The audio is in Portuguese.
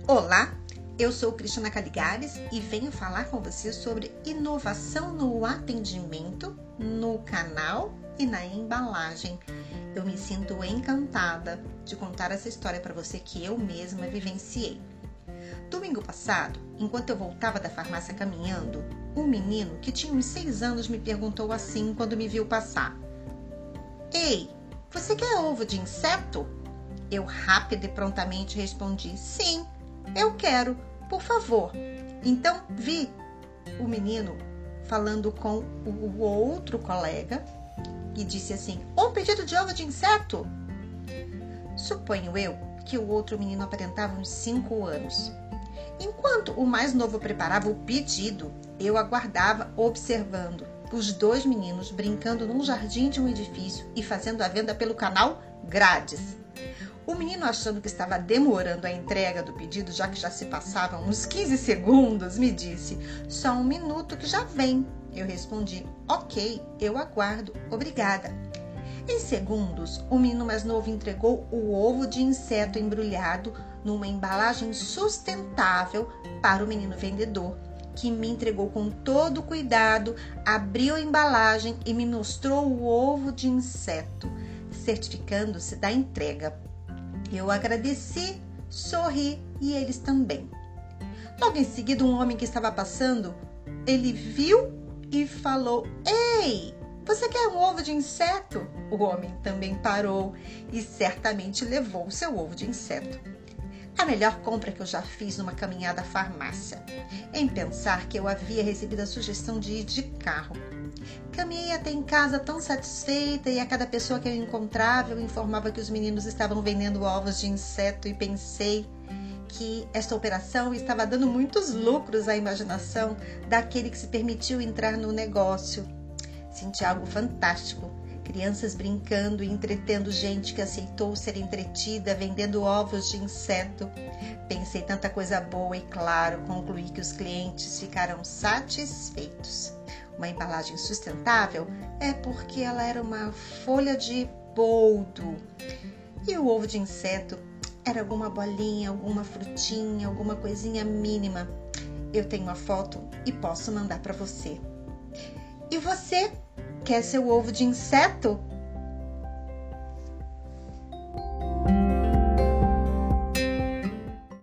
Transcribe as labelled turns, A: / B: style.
A: Olá, eu sou Cristiana Caligares e venho falar com você sobre inovação no atendimento, no canal e na embalagem. Eu me sinto encantada de contar essa história para você que eu mesma vivenciei. Domingo passado, enquanto eu voltava da farmácia caminhando, um menino que tinha uns 6 anos me perguntou assim quando me viu passar: "Ei, você quer ovo de inseto?" Eu rápida e prontamente respondi: "Sim, eu quero, por favor." Então vi o menino falando com o outro colega e disse assim: "Um pedido de ovo de inseto?" Suponho eu que o outro menino aparentava uns 5 anos. Enquanto o mais novo preparava o pedido, eu aguardava observando os 2 meninos brincando num jardim de um edifício e fazendo a venda pelo canal grátis. O menino, achando que estava demorando a entrega do pedido, já que já se passavam uns 15 segundos, me disse: "Só um minuto que já vem." Eu respondi: "Ok, eu aguardo, obrigada." Em segundos, o menino mais novo entregou o ovo de inseto embrulhado numa embalagem sustentável para o menino vendedor, que me entregou com todo cuidado, abriu a embalagem e me mostrou o ovo de inseto, certificando-se da entrega. Eu agradeci, sorri e eles também. Logo em seguida, um homem que estava passando, ele viu e falou: "Ei, você quer um ovo de inseto?" O homem também parou e certamente levou o seu ovo de inseto. A melhor compra que eu já fiz numa caminhada à farmácia, em pensar que eu havia recebido a sugestão de ir de carro. Caminhei até em casa tão satisfeita e a cada pessoa que eu encontrava eu informava que os meninos estavam vendendo ovos de inseto e pensei que esta operação estava dando muitos lucros à imaginação daquele que se permitiu entrar no negócio. Senti algo fantástico. Crianças brincando e entretendo gente que aceitou ser entretida vendendo ovos de inseto. Pensei tanta coisa boa e, claro, concluí que os clientes ficaram satisfeitos. Uma embalagem sustentável é porque ela era uma folha de boldo. E o ovo de inseto era alguma bolinha, alguma frutinha, alguma coisinha mínima. Eu tenho uma foto e posso mandar para você. E você? Quer seu ovo de inseto?